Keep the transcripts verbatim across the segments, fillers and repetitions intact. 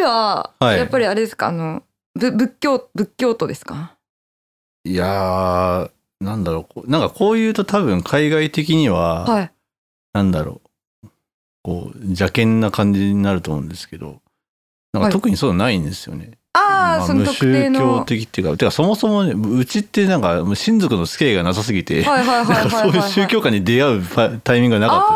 はやっぱりあれですか、はい、あの仏教仏教徒ですか？ いやーなんだろう、なんかこういうと多分海外的には、はい、なんだろう、こう邪険な感じになると思うんですけど、なんか特にそういうのないんですよね。はい、 あ、まあ、その特定の無宗教的っていうか、てかそもそもね、うちってなんか親族の付き合いがなさすぎて、そういう宗教観に出会うタイミングがなかった。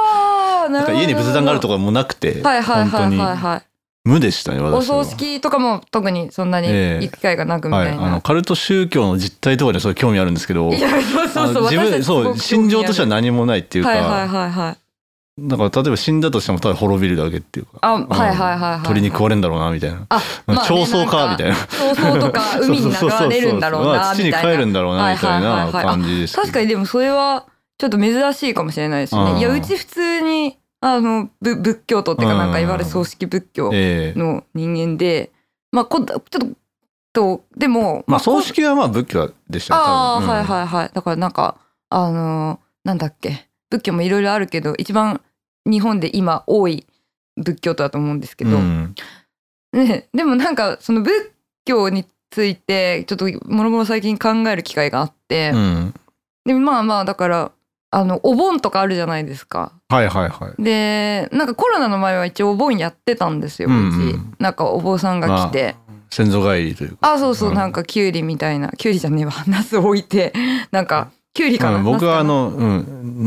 あ、なんか家に仏壇があるとかもなくて、はいはいはいはいはい、無でしたね、私は。 お葬式とかも特にそんなに行く機会がなくみたいな、 えーはい、あのカルト宗教の実態とかにはそういう興味あるんですけど、 いやそうそうそう、 自分そう心情としては何もないっていうか、はいはいはいはい、だから例えば死んだとしてもただ滅びるだけっていうか、あ、はいはいはいはい、鳥に食われるんだろうなみたいな、あ、まあね、長僧かみたいな、 長僧とか海に流れるんだろうなみたいな、 土に帰るんだろうなみたいな感じです。 確かにでもそれはちょっと珍しいかもしれないですね。いやうち普通にあの仏教徒っていうかなんかいわゆる葬式仏教の人間で、えー、まあこちょっととでもまあ葬式はまあ仏教でしたね。 ああ、うん、はいはいはい。だからなんかあのなんだっけ、仏教もいろいろあるけど一番日本で今多い仏教徒だと思うんですけど、うんね、でもなんかその仏教についてちょっともろもろ最近考える機会があって、うん、でまあまあだからあのお盆とかあるじゃないですか。 はいはいはい。 でなんかコロナの前は一応お盆やってたんですよ、うんうん、うちなんかお坊さんが来て、 まあ、先祖返りというか、 あそうそう、うん、なんかキュウリみたいな、キュウリじゃねえわ、ナス置いてなんかキュウリかな、 うん、僕はあの、うん、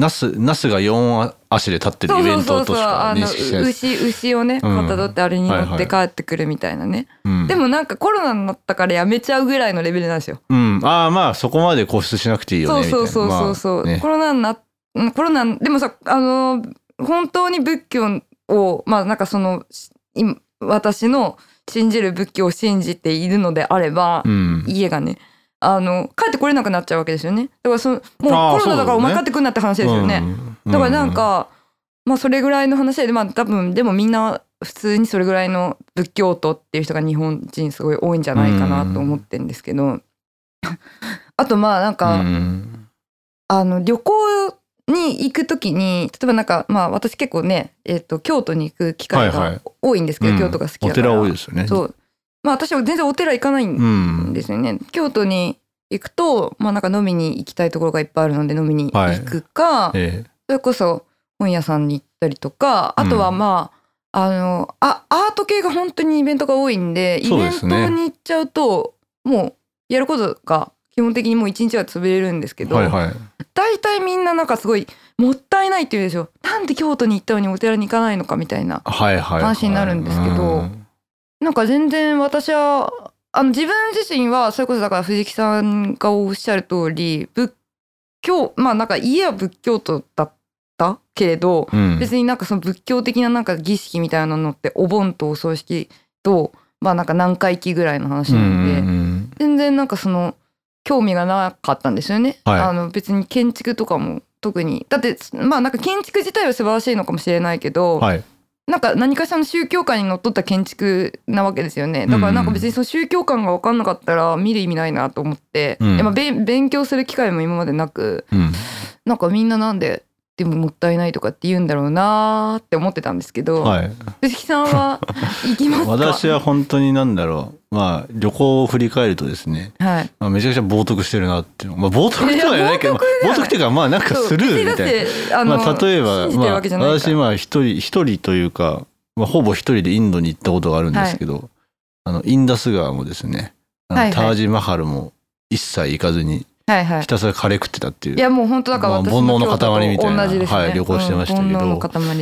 ナスナスがよん足で立ってるイベントとしか認識してないです。 牛牛をねかたどってあれに乗って帰ってくるみたいなね、はいはい、でもなんかコロナになったからやめちゃうぐらいのレベルなんですよ、 うん、ああまあそこまで固執しなくていいよねみたいな。 そうそうそうそう、まあね、コロナになコロナでもさ、あの本当に仏教をまあなんかその私の信じる仏教を信じているのであれば、うん、家がねあの帰ってこれなくなっちゃうわけですよね。だからそのもうコロナだからお前帰ってくんなって話ですよね。だからなんか、まあそれぐらいの話で、まあ多分でもみんな普通にそれぐらいの仏教徒っていう人が日本人すごい多いんじゃないかなと思ってるんですけど、あとまあなんか、あの旅行に行くときに例えばなんかまあ私結構ね、えーと、京都に行く機会が多いんですけど、はいはい、京都が好きだから、 うん、お寺多いですよね。そう、 まあ私は全然お寺行かないんですよね、うん、京都に行くとまあなんか飲みに行きたいところがいっぱいあるので飲みに行くか、はいええ、それこそ本屋さんに行ったりとか、あとはまあ、うん、あのあアート系が本当にイベントが多いんで、イベントに行っちゃうともうやることが基本的にもう一日は潰れるんですけど、はいはい、大体みんななんかすごいもったいないって言うでしょ。なんで京都に行ったのにお寺に行かないのかみたいな話になるんですけど、はいはいはい、なんか全然私はあの自分自身はそれこそだから藤木さんがおっしゃる通り仏教、まあなんか家は仏教徒だったけれど、うん、別になんかその仏教的ななんか儀式みたいなのってお盆とお葬式とまあなんか何回忌ぐらいの話なので、うんうんうん、全然なんかその興味がなかったんですよね、はい、あの別に建築とかも特にだってまあなんか建築自体は素晴らしいのかもしれないけど、はい、なんか何かしらの宗教観にのっとった建築なわけですよね。だからなんか別にその宗教観が分かんなかったら見る意味ないなと思って、うん、まあ勉強する機会も今までなく、うん、なんかみんななんででももったいないとかって言うんだろうなって思ってたんですけど、はい、藤木さんは行きますか？ 私は本当になんだろう、まあ旅行を振り返るとですね、はい、まあ、めちゃくちゃ冒涜してるなっていうの、まあ、冒涜とは言わないけど、冒涜っていうかまあなんかスルーみたいな、まあ、例えば、まあ、私まあ一人一人というか、まあ、ほぼ一人でインドに行ったことがあるんですけど、はい、あのインダス川もですね、あのタージマハルも一切行かずにはいはい、ひたすらカレー食ってたっていう。いやもう本当だから私も京都と同じですね。 煩悩の塊みたいな、はい、旅行してましたけど、うん、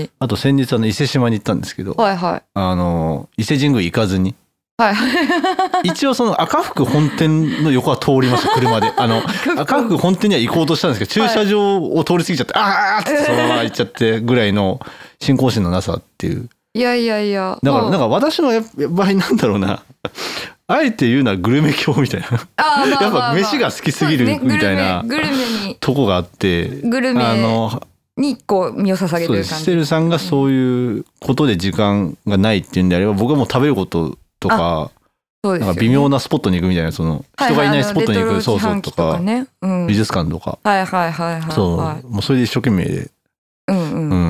あと先日あの伊勢志摩に行ったんですけど、はいはい、あの伊勢神宮行かずに、はい、一応その赤福本店の横は通りました車で。あの赤福本店には行こうとしたんですけど、駐車場を通り過ぎちゃって、はい、あーってそのまま行っちゃってぐらいの信仰心のなさっていう。 いやいやいや、 だからなんか私の場合なんだろうな、あえて言うのはグルメ教みたいな、あ、まあまあまあ、やっぱ飯が好きすぎるみたいな、ね、グルメ、グルメにとこがあって、 グルメにこう身を捧げてる感じ。 ステルさんがそういうことで時間がないっていうんであれば、僕はもう食べることとか、そうですよね、なんか微妙なスポットに行くみたいな、その人がいないスポットに行く、はいはい、そうそうとか、ね、うん、美術館とか、 はいはいはいはい、 そう、もうそれで一生懸命で、うんうんうん、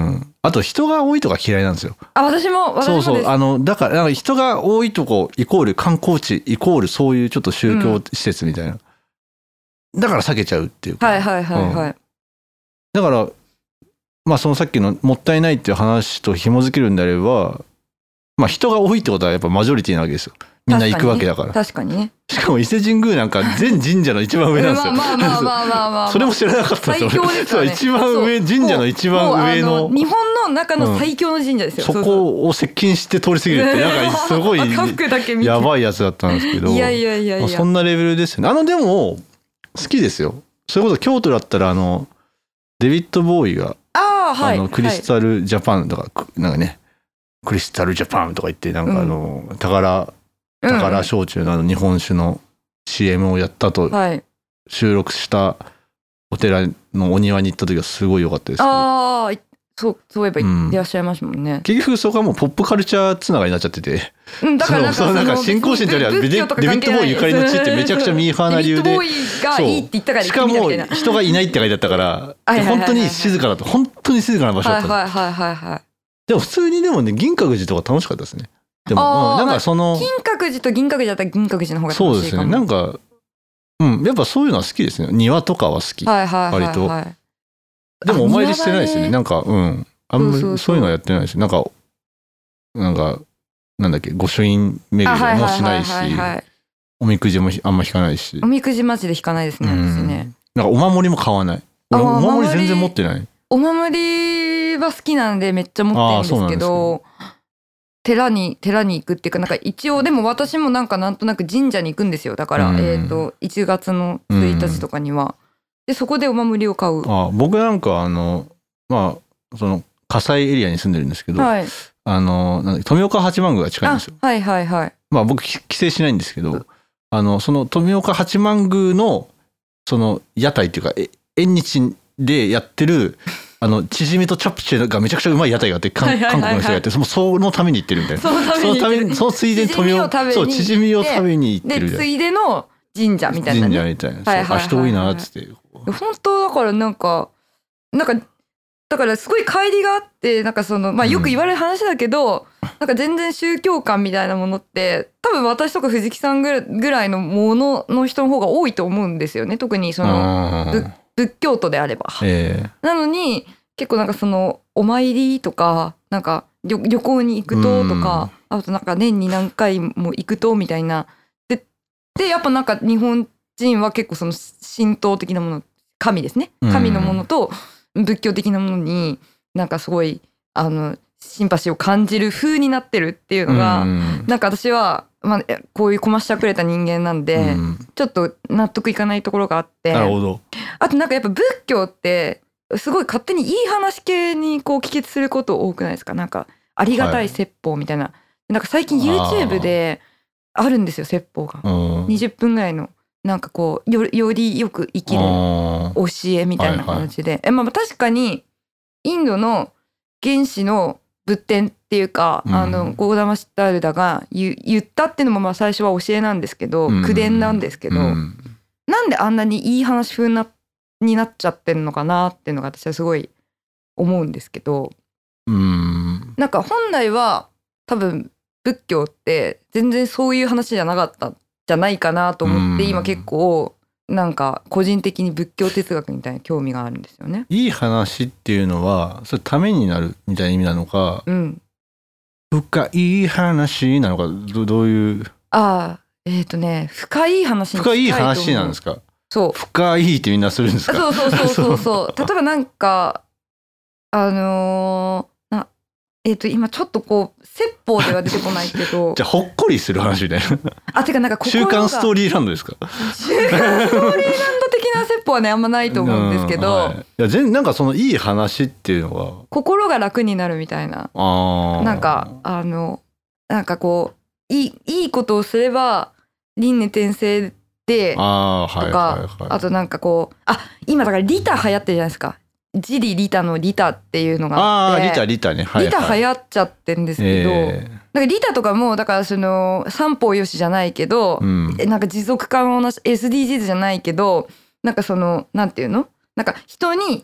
あと人が多いとか嫌いなんですよ。 あ、私も、私もです。 そうそう、あの、だから、なんか人が多いとこ、イコール観光地、イコールそういうちょっと宗教施設みたいな。うん、だから避けちゃうっていうか。 はいはいはいはい。うん、 だから、まあそのさっきのもったいないっていう話と紐づけるんであれば、まあ人が多いってことはやっぱマジョリティなわけですよ。みんな行くわけだから。 確かにね。 しかも伊勢神宮なんか全神社の一番上なんですよ。 まあまあまあまあまあ。 それも知らなかったですよ。 最強ですよね。 一番上、神社の一番上の。 日本の中の最強の神社ですよ。 そこを接近して通り過ぎるってなんかすごいやばいやつだったんですけど。 いやいやいやいや。 そんなレベルですよね。あのでも好きですよ。それこそ京都だったらあのデビッド・ボーイがあのクリスタル・ジャパンとかなんかねクリスタル・ジャパンとか言ってなんかあの宝宝焼酎のあの日本酒の シーエム をやったと収録したお寺のお庭に行った時はすごい良かったです。 ああ、そうそういえばいらっしゃいましたもんね。うん、 結局そこはもうポップカルチャーつながりになっちゃってて、 うん、だからなんかそのなんか信仰心というよりはデビッド・ボーイゆかりの地ってめちゃくちゃミーハーな理由で、 デビッド・ボーイがいいって言ったからしかも人がいないって書いてあったから本当に静かだと本当に静かな場所だった。 はいはいはいはい。 でも普通にでもね銀閣寺とか楽しかったですね。でも、うん、なんかその金閣寺と銀閣寺だったら銀閣寺の方が楽しいかも。 そうですね。なんか、うん、やっぱそういうのは好きですね。庭とかは好き。 はいはいはいはい、 割と。でもお参りしてないですよね。なんか、うん。あんまりそういうのはやってないです。なんか、なんか、なんだっけ、御朱印巡りもしないし、おみくじもあんま引かないし。 おみくじマジで引かないですね、私ね。 なんかお守りも買わない。お守り全然持ってない。 お守りは好きなんでめっちゃ持ってるんですけど、寺に寺に行くっていうかなんか一応でも私もなんかなんとなく神社に行くんですよ。だから、うん、えっといちがつのついたちとかには、うん、でそこでお守りを買う。 あ、僕なんかあのまあその葛西エリアに住んでるんですけど、はい、あのなんだ富岡八幡宮が近いんですよ。 はいはいはい。 まあ僕帰省しないんですけど、あのその富岡八幡宮のその屋台っていうか縁日でやってるあのチヂミとチャプチェがめちゃくちゃうまい屋台があって韓国の人がやってそのために行ってるみたいな。そのためにそのついでに富岡そうチヂミを食べに行ってる。 でついでの神社みたいな、ね、 神社みたいな。はいはいはいはい、あ人多いなっつって。 本当だからなんかなんかだからすごい乖離があってなんかそのまあよく言われる話だけど、うん、なんか全然宗教観みたいなものって多分私とか藤木さんぐらいのものの人の方が多いと思うんですよね。特にその仏教徒であれば、えー、なのに結構なんかそのお参りとかなんか 旅, 旅行に行くととか、うん、あとなんか年に何回も行くとみたいな で, でやっぱなんか日本人は結構その神道的なもの神ですね神のものと仏教的なものになんかすごいあのシンパシーを感じる風になってるっていうのが、うん、なんか私は、まあ、こういうこましゃくれた人間なんで、うん、ちょっと納得いかないところがあって。 なるほど。 あとなんかやっぱ仏教ってすごい勝手にいい話系にこう帰結すること多くないですか。なんかありがたい説法みたいな、はい、なんか最近 YouTube であるんですよ説法がにじゅっぷんぐらいのなんかこう よ, よりよく生きる教えみたいな形で、はいはい、えまあ確かにインドの原始の仏典っていうか、うん、あのゴーダマシッタールダが 言, 言ったっていうのもまあ最初は教えなんですけど、うん、口伝なんですけど、うん、なんであんなにいい話風になになっちゃってるのかなっていうのが私はすごい思うんですけど、 うーんなんか本来は多分仏教って全然そういう話じゃなかったんじゃないかなと思って今結構なんか個人的に仏教哲学みたいな興味があるんですよね。 いい話っていうのはそれためになるみたいな意味なのか、うん、深い話なのか ど, どういうああえっ、ー、とね深い話に近いと思う。 深い話なんですか。 そう深いってみんなするんですか。 そうそうそうそうそう例えばなんかあのー、なえっ、ー、と今ちょっとこう説法では出てこないけどじゃあほっこりする話であてかなんか心が週刊ストーリーランドですか。 週刊ストーリーランド的な説法はねあんまないと思うんですけど、うんはい、いや全なんかそのいい話っていうのは心が楽になるみたいなあなんかあのなんかこういいいいことをすれば輪廻転生であとか、はいはいはい、あとなんかこうあ今だからリタ流行ってるじゃないですか。ジリリタのリタっていうのがあってあリタリタね、はいはい、 リタ流行っちゃってんですけど、えー、だからリタとかもだからその三方よしじゃないけど、うん、なんか持続可能な エスディージーズ じゃないけどなんかそのなんていうのなんか人に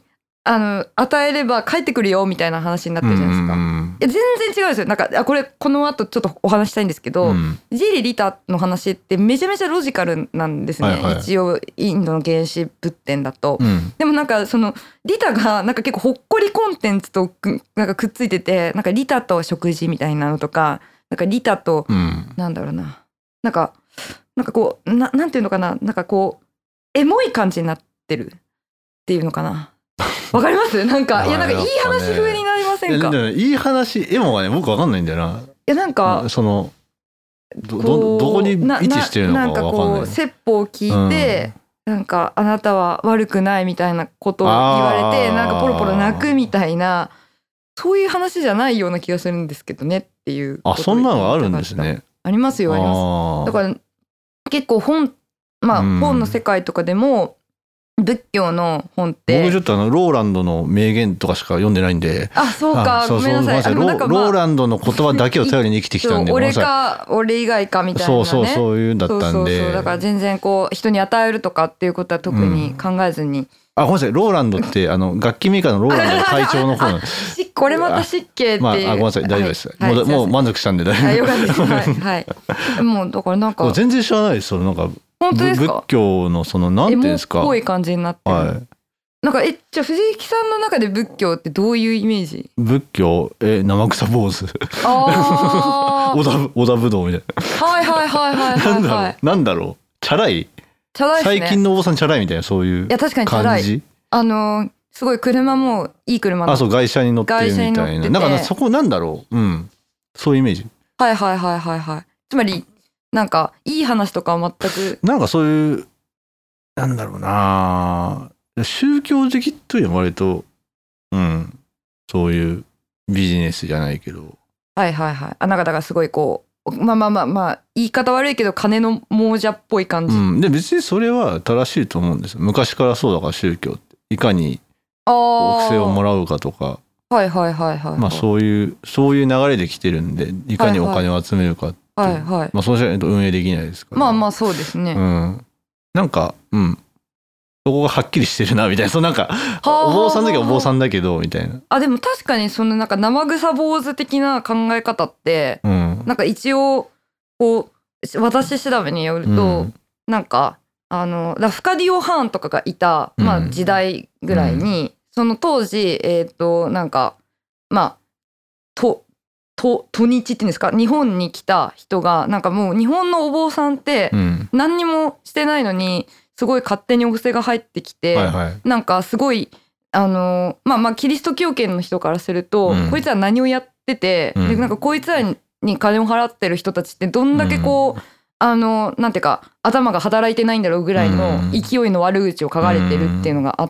あの与えれば帰ってくるよみたいな話になってるじゃないですか。いや全然違うんですよ。なんかあこれこの後ちょっとお話したいんですけど、うん、ジリリタの話ってめちゃめちゃロジカルなんですね、はいはい、一応インドの原始仏典だと、うん、でもなんかそのリタがなんか結構ほっこりコンテンツとなんかくっついてて、なんかリタと食事みたいなのとか、なんかリタと、うん、なんだろうな、なんかなんかこう な, なんていうのかな、なんかこうエモい感じになってるっていうのかな。わかります？なんかいやなんかいい話風になりませんか？ いやいい話、エモがね僕わかんないんだよな。いやなんかその ど, ど, どこに位置してるのかわかんない。なんかこう説法を聞いて、うん、なんかあなたは悪くないみたいなことを言われてなんかポロポロ泣くみたいな、そういう話じゃないような気がするんですけどねっていう。 あ、そんなのがあるんですね。 ありますよ、あります。だから結構本まあ、うん、本の世界とかでも仏教の本って僕ちょっとあのローランドの名言とかしか読んでないんで、 あそうかごめんなさい、 ローランドの言葉だけを頼りに生きてきたんで俺か俺以外かみたいなね、 そうそうそういうんだったんで、そうそうそうだから全然こう人に与えるとかっていうことは特に考えずに、うん、 あごめんなさい、ローランドってあの楽器メーカーのローランドの会長の方なんですこれまた失敬っていう、 まあ、あごめんなさい大丈夫です、はい、も, うもう満足したんで大丈夫です、 よかったですはいはいもうだからなんか全然知らないですそのなんか本当ですか？ 仏教のそのなんていうんですか、 エモっぽい感じになってる、はい、なんかえじゃあ藤木さんの中で仏教ってどういうイメージ？ 仏教え生臭坊主あ織田織田武道みたいなはいはいはいはいはい、はい、 なんだろうなんだろうチャラいチャラいですね、 最近のお坊さんチャラいみたいなそういう感じ。いや確かにチャラい、 あのすごい車もいい車のあそう外車に乗ってるみたいな、なんかそこなんだろう、うんそういうイメージ。 はいはいはいはいはい。つまりなんかいい話とかは全くなんかそういうなんだろうな宗教的というのは割とうんそういうビジネスじゃないけどはいはいはいあなんかだからすごいこうまあまあまあまあ言い方悪いけど金の亡者っぽい感じ、うん、 で別にそれは正しいと思うんですよ。昔からそうだから宗教っていかにお布施をもらうかとかはいはいはいはい、はい、 まあそういうそういう流れで来てるんでいかにお金を集めるかって、 はいはい、 まあそうしないと運営できないですから、 まあまあそうですね、 うん、なんかうんそこがはっきりしてるなみたいな、そうなんかお坊さんだけどお坊さんだけどみたいな。 あでも確かにそのなんか生臭坊主的な考え方って、うん、なんか一応こう私調べによると、うん、なんかあのラフカディオ・ハーンとかがいた、まあ、時代ぐらいに、うん、その当時えっとなんかまあとと都日っていうんですか日本に来た人がなんかもう日本のお坊さんって何にもしてないのにすごい勝手にお布施が入ってきて、はいはい、なんかすごいあのまあまあキリスト教圏の人からすると、うん、こいつは何をやってて、うん、でなんかこいつらに金を払ってる人たちってどんだけこう、うん、あのなんていうか頭が働いてないんだろうぐらいの勢いの悪口を書かれてるっていうのがあって、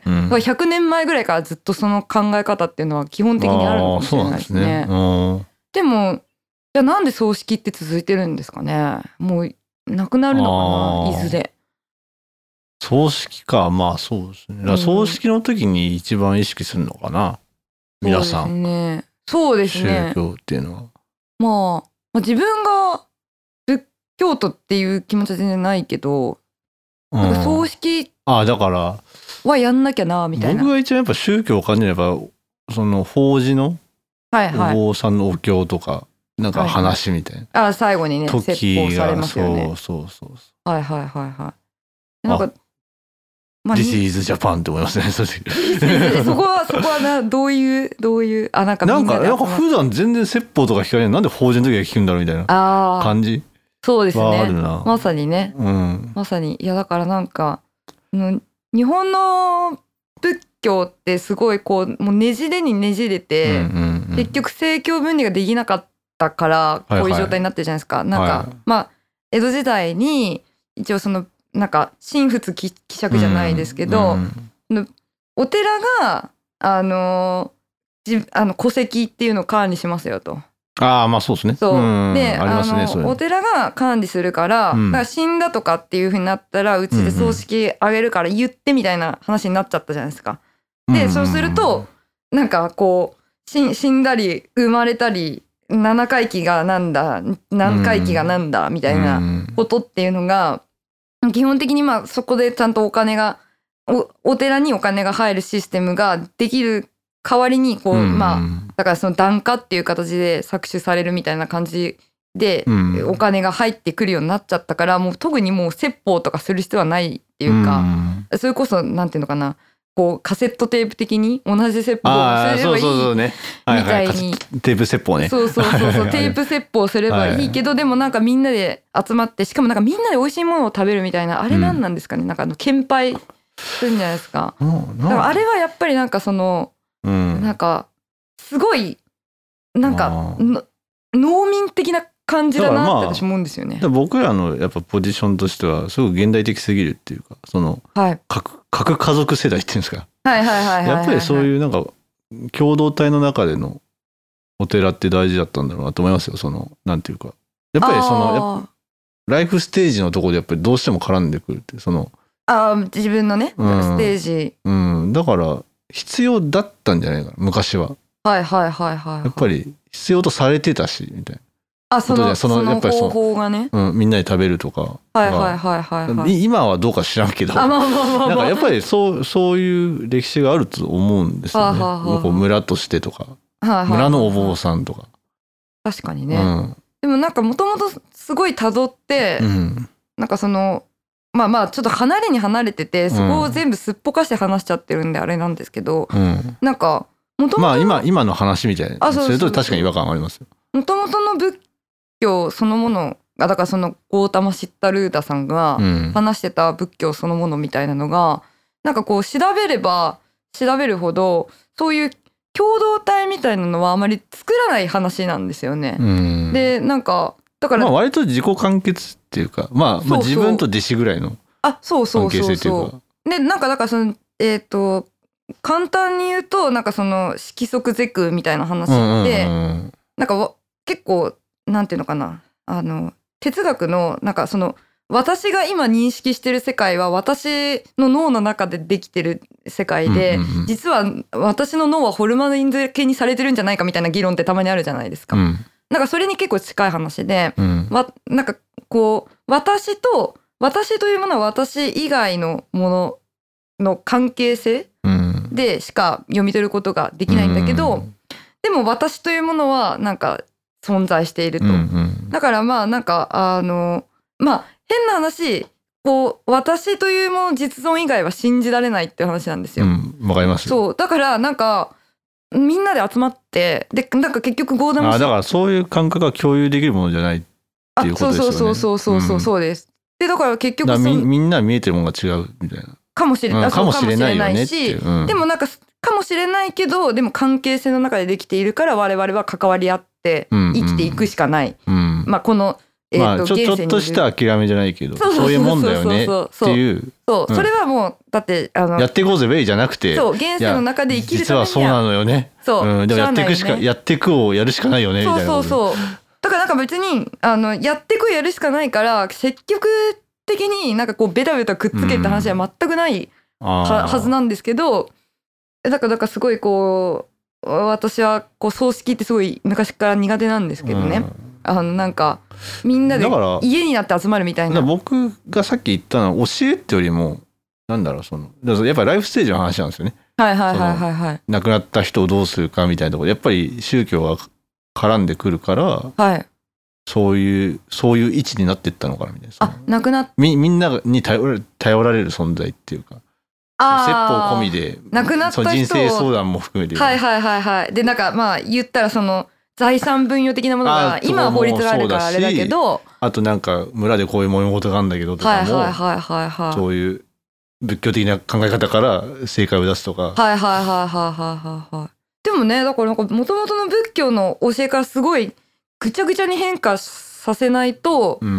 うん、だからひゃくねんまえぐらいからずっとその考え方っていうのは基本的にあるのかもしれないですね。でもじゃあなんで葬式って続いてるんですかね。もうなくなるのかないずれ。 葬式かまあそうですね。だから葬式の時に一番意識するのかな、うん、皆さん。 そうですね。 宗教っていうのは。 まあ、まあ、自分が仏教徒っていう気持ちは全然ないけど、うん、なんか葬式あだからはやんなきゃなみたいな。 僕が一番やっぱ宗教を感じればその法事のお坊さんのお経とか、はいはい、なんか話みたいな。 はいはい、あ最後にね説法されますよね。 そうそうそうそう。 はいはいはいはい。なんかまあ、This is Japan って思いますね。そこはそこはなどういうどういうあなんかみんなでなんかなんか普段全然説法とか聞かないなんで法事の時は聞くんだろうみたいな感じ。 そうですね。まさにね、うん、まさにいやだからなんか日本の仏教ってすごいこうもうねじれにねじれて、うんうんうん、結局政教分離ができなかったからこういう状態になってるじゃないですか。はいはい、なんか、はい、まあ江戸時代に一応そのなんか神仏希釈じゃないですけど、うん、お寺があのじあの戸籍っていうのを管理しますよと。 ああまあそうですね。 そう、でありますね、あのお寺が管理するから、うん、だから死んだとかっていう風になったらうちで葬式あげるから言ってみたいな話になっちゃったじゃないですか。でそうするとなんかこう死死んだり生まれたり七回忌がなんだ何回忌がなんだみたいなことっていうのが基本的にまあそこでちゃんとお金がお, お寺にお金が入るシステムができる代わりにこう、うんうん、まあだからその檀家っていう形で搾取されるみたいな感じで、うん、お金が入ってくるようになっちゃったから、もう特にもう説法とかする必要はないっていうか、うん、それこそなんていうのかな、こうカセットテープ的に同じ説法をすればいいみたいに、 テープ説法ね、 そうそうそうそうテープ説法すればいいけど、でもなんかみんなで集まって、しかもなんかみんなで美味しいものを食べるみたいな、あれ何なんですかね、うん、なんかあの献杯するんじゃないですか。だからあれはやっぱりなんかその、うん、なんかすごいなんか農民的な感じだなって私思うんですよね。 まあ、僕らのやっぱポジションとしてはすごく現代的すぎるっていうか、その、はい、核, 核家族世代っていうんですか、 はいはいはいはいはい、 やっぱりそういうなんか共同体の中でのお寺って大事だったんだろうなと思いますよ。そのなんていうか、やっぱりそのやっぱライフステージのところでやっぱりどうしても絡んでくるって、そのあ自分のね、うん、ステージ、 うん、だから必要だったんじゃないかな昔は。 はいはいはいはい、はい、 やっぱり必要とされてたしみたいな。 あ、そのその方法がね、 うん、みんなで食べるとか、 はいはいはいはい、はい、 今はどうか知らんけど、あ、まあまあまあまあ、なんかやっぱりそうそういう歴史があると思うんですよね。はあはあ、こう村としてとか、はあはあ、村のお坊さんとか、 確かにね、うん、でもなんかもともとすごい辿って、うん、なんかそのまあまあちょっと離れに離れてて、そこを全部すっぽかして話しちゃってるんであれなんですけど、うん、なんかもともとまあ今今の話みたいな、あ、そうそうそうそう、それと確かに違和感ありますよ。もともとの仏教そのものが、だからそのゴータマ・シッタルーダさんが話してた仏教そのものみたいなのが、うん、なんかこう調べれば調べるほどそういう共同体みたいなのはあまり作らない話なんですよね。うん、でなんかだから、まあ、割と自己完結っていうか、まあ、そうそう、まあ自分と弟子ぐらいの関係性っていうか、でなんかだからそのえっ、ー、と簡単に言うとなんかその色即是空みたいな話って、うんうんうん、なんか結構なんていうのかな、あの哲学のなんかその私が今認識してる世界は私の脳の中でできてる世界で、うんうんうん、実は私の脳はホルモン漬けにされてるんじゃないかみたいな議論ってたまにあるじゃないですか。うん、なんかそれに結構近い話で、うん、わなんかこう私と私というものは私以外のものの関係性でしか読み取ることができないんだけど、うん、でも私というものはなんか存在していると、うんうん、だからまあなんかあのまあ変な話、こう私というもの実存以外は信じられないっていう話なんですよ。わ、うん、かります。そうだからなんかみんなで集まってでなんか結局ゴーダム、あだからそういう感覚が共有できるものじゃないっていうことですよね。あそうそうそうそうそうそうです。でだから結局だからみみんな見えてるものが違うみたいなかもしれない、うん、かもしれないよねっていう、うん、でもなんかかもしれないけどでも関係性の中でできているから我々は関わり合って生きていくしかない、うんうん、まあこの、えーとまあ、ちょ, ちょっとした諦めじゃないけどそういうもんだよねっていうそう、うん、それはもうだってあのやっていこうぜウェイじゃなくてそう現世の中で生きるためには実はそうなのよねそう、うん、でもやっていくしか、ね、やっていくをやるしかないよねみたいなそうそうそうだからなんか別にあのやっていくをやるしかないから積極的になんかこうベタベタくっつけた話は全くない、うん、は, はずなんですけどだからだからすごいこう私はこう葬式ってすごい昔から苦手なんですけどね、うん、あのなんかみんなで家になって集まるみたいな。だから僕がさっき言ったのは教えってよりもなんだろうそのやっぱりライフステージの話なんですよね。はいはいはいはいはい。亡くなった人をどうするかみたいなところやっぱり宗教が絡んでくるから、はい、そういうそういう位置になっていったのかなみたいな。あ亡くなっ み, みんなに頼られ頼られる存在っていうか。説法込みで亡くなった人を人生相談も含めてはいはいはいはいでなんかまあ言ったらその財産分与的なものが今は法律があるからあれだけどあとなんか村でこういう物事があるんだけどとかもはいはいはいはいそういう仏教的な考え方から正解を出すとかはいはいはいはいはいはいでもねだからもともとの仏教の教えからすごいぐちゃぐちゃに変化させないと、うん、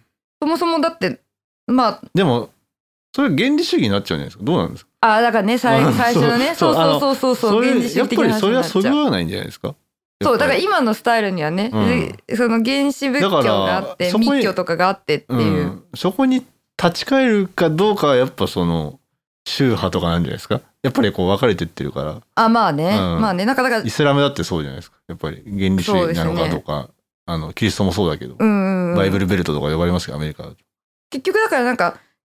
そもそもだってまあでもそれ原理主義になっちゃうんじゃないですか。どうなんですか。あだからね 最, 最初のねそうそうそうそうそう原理主義的な話になっちゃう。やっぱりそれはそぐわないんじゃないですか。そうだから今のスタイルにはね、うん、その原始仏教があって密教とかがあってっていう、うん、そこに立ち返るかどうかはやっぱその宗派とかなんじゃないですか。やっぱりこう分かれてってるから。あまあね、うん、まあねなんかだからイスラムだってそうじゃないですか。やっぱり原理主義なのかとか、ね、あのキリストもそうだけど、うんうんうん、バイブルベルトとか呼ばれますけどアメリカだと結局だからなんか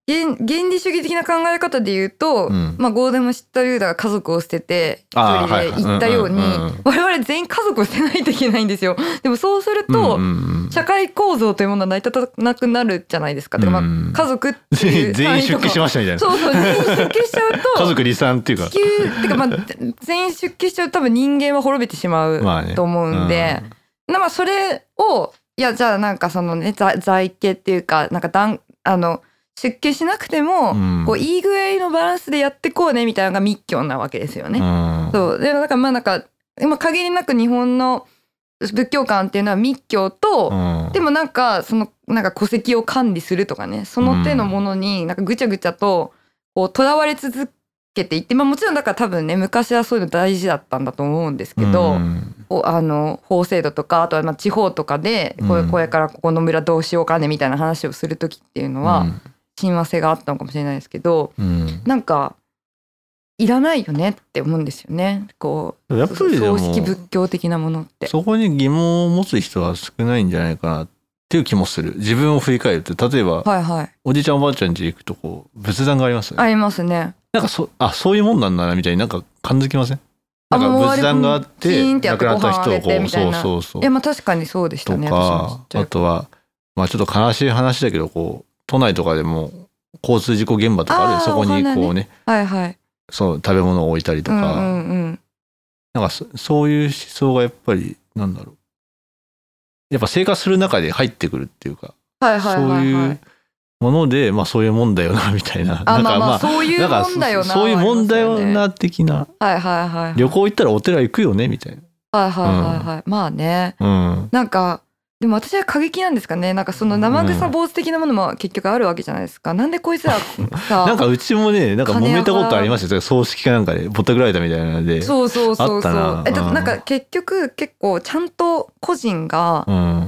原, 原理主義的な考え方で言うと、うん、まあゴーデム・シュタルーダが家族を捨てて一人で行ったように我々全員家族を捨てないといけないんですよ。でもそうすると、うんうんうん、社会構造というものは成り立たなくなるじゃないですか。うん、まあ家族っていう全員出家しましたみたいな。 そうそう全員出家しちゃうと家族離散っていうか地球っていうか、まあ、全員出家しちゃうと多分人間は滅びてしまうと思うんで、まあね、まあそれをいやじゃあなんかそのね在家っていうかなんかだんあの出家しなくても、うん、こういい具合のバランスでやってこうねみたいなのが密教なわけですよね。うん、そうでだからまあなんか今限りなく日本の仏教観っていうのは密教と、うん、でもなんかそのなんか戸籍を管理するとかねその手のものになんかぐちゃぐちゃとこうとらわれ続けていって、まあ、もちろんだから多分ね昔はそういうの大事だったんだと思うんですけど、うん、あの法制度とかあとはまあ地方とかでこれこれからここの村どうしようかねみたいな話をする時っていうのは、うん親和性があったのかもしれないですけど、うん、なんかいらないよねって思うんですよね。こうやっぱり葬式仏教的なものってそこに疑問を持つ人は少ないんじゃないかなっていう気もする。自分を振り返ると例えば、はいはい、おじいちゃんおばあちゃん家行くとこう仏壇がありますよね。 ありますね。 なんかそあそういうもんなんだなみたいになんか感づきません？なんか仏壇があって亡くなった人をこうそうそうそういやまあ確かにそうでしたね。 とかあとはまあちょっと悲しい話だけどこう都内とかでも交通事故現場とかあるそこにこうね、はいはい、そう食べ物を置いたりとか、うんうんうん、なんか そ, そういう思想がやっぱりなんだろうやっぱ生活する中で入ってくるっていうか、はいはいはいはい、そういうものでまあそういうもんだよなみたいな、 あなんかまあまあそういうもんだよなそういうもんだよな的な、はいはいはい、旅行行ったらお寺行くよねみたいな、 はいはいはいはい、うん、まあね、うん、なんかでも私は過激なんですかね。なんかその生臭坊主的なものも結局あるわけじゃないですか。なんでこいつらさなんかうちもねなんか揉めたことありましたよ。葬式かなんかでぼったくられたみたいなのでそうそうそうそうあったな。えだってなんか結局結構ちゃんと個人が、うん、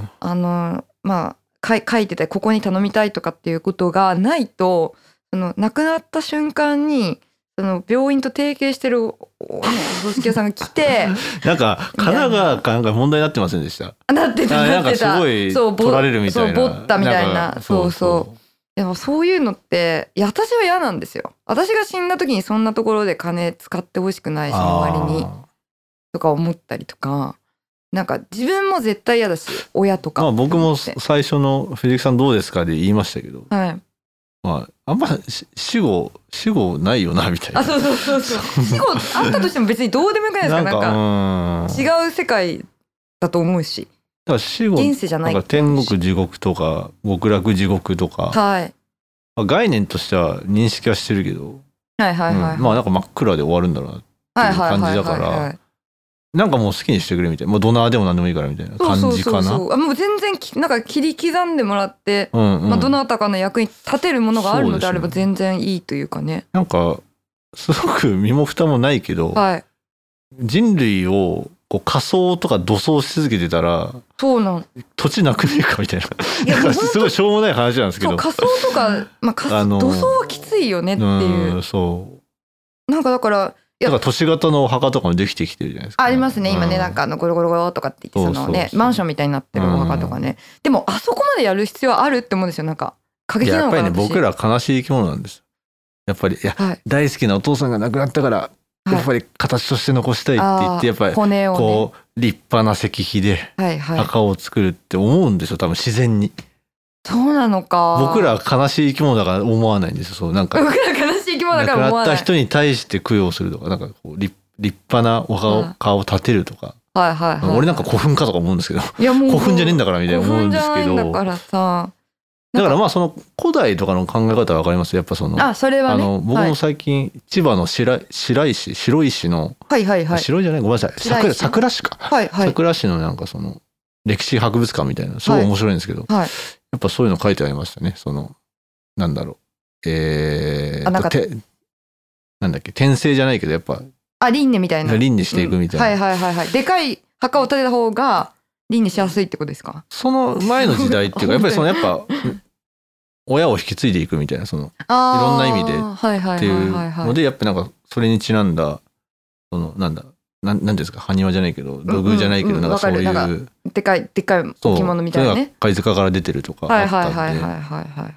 あのまあ書いててここに頼みたいとかっていうことがないとその亡くなった瞬間にその病院と提携してる、ね、葬式屋さんが来てなんか神奈川かなんか問題になってませんでした？ なってたなってた。 なんかすごい取られるみたいな。 そうボッタみたいな。そうそう。でもそういうのっていや私は嫌なんですよ。私が死んだ時にそんなところで金使ってほしくないし周りにとか思ったりとか。なんか自分も絶対嫌だし親とか。 まあ僕も最初の藤木さんどうですかで言いましたけど。はい。まあ、あんま死後死後ないよなみたいな。 あそうそうそうそう死後あったとしても別にどうでもよくないですか。なんかなんか違う世界だと思うしだから死後現世じゃないなんか天国地獄とか極楽地獄とか、はいまあ、概念としては認識はしてるけど、はいはいはいはいうん、まあなんか真っ暗で終わるんだろうなっていう感じだからなんかもう好きにしてくれみたいなもうドナーでも何でもいいからみたいな感じかな。そうそうそうそうもう全然なんか切り刻んでもらって、うんうんまあ、どなたかの役に立てるものがあるのであれば全然いいというかね。 なんかすごく身も蓋もないけど、はい、人類をこう仮想とか土葬し続けてたらそうなん土地なくねえかみたいな。いやすごいしょうもない話なんですけどそう仮想とか、まあ、仮想土葬はきついよねっていう。うんそうなんかだからだから都市型のお墓とかもできてきてるじゃないですか。 ありますね今ね、うん、なんかあのゴロゴロゴロとかって言ってそのねマンションみたいになってるお墓とかね、うん、でもあそこまでやる必要あるって思うんですよ。なんか過激なのかな。 やっぱりね僕ら悲しい生き物なんですやっぱりいや、はい、大好きなお父さんが亡くなったからやっぱり形として残したいって言ってやっぱり骨を、ね、こう立派な石碑で墓を作るって思うんですよ多分自然に。 そうなのか。 僕ら悲しい生き物だから思わないんですよ。そうなんか僕ら悲しい生き物だから思わない。亡くなった人に対して供養するとかなんかこう 立, 立派なお顔を立てるとか、はいはいはいはい、俺なんか古墳かとか思うんですけどいやもう古墳じゃねえんだからみたいな思うんですけど。古墳じゃないんだからさだからまあその古代とかの考え方は分かりますやっぱそのあそれはねあの僕も最近、はい、千葉の白白石白石の、はいはいはい、白いじゃないごめんなさい桜桜市か、はいはい、桜市のなんかその歴史博物館みたいなすごい面白いんですけど、はいはい、やっぱそういうの書いてありましたね。そのなんだろうえー、なんかてなんだっけ転生じゃないけどやっぱあ輪廻みたいな輪廻していくみたいな、 うん、はいはいはいはいでかい墓を建てた方が輪廻しやすいってことですか。 その前の時代っていうかやっぱりそのやっぱ親を引き継いでいくみたいなそのいろんな意味でっていうのでやっぱなんかそれにちなんだそのなんだなんなんですか埴輪じゃないけど土偶じゃないけど、うんうんうん、なんかそういうでかいでかい置物みたいなね貝塚から出てるとかあったんで、 はいはいはいはいはいはい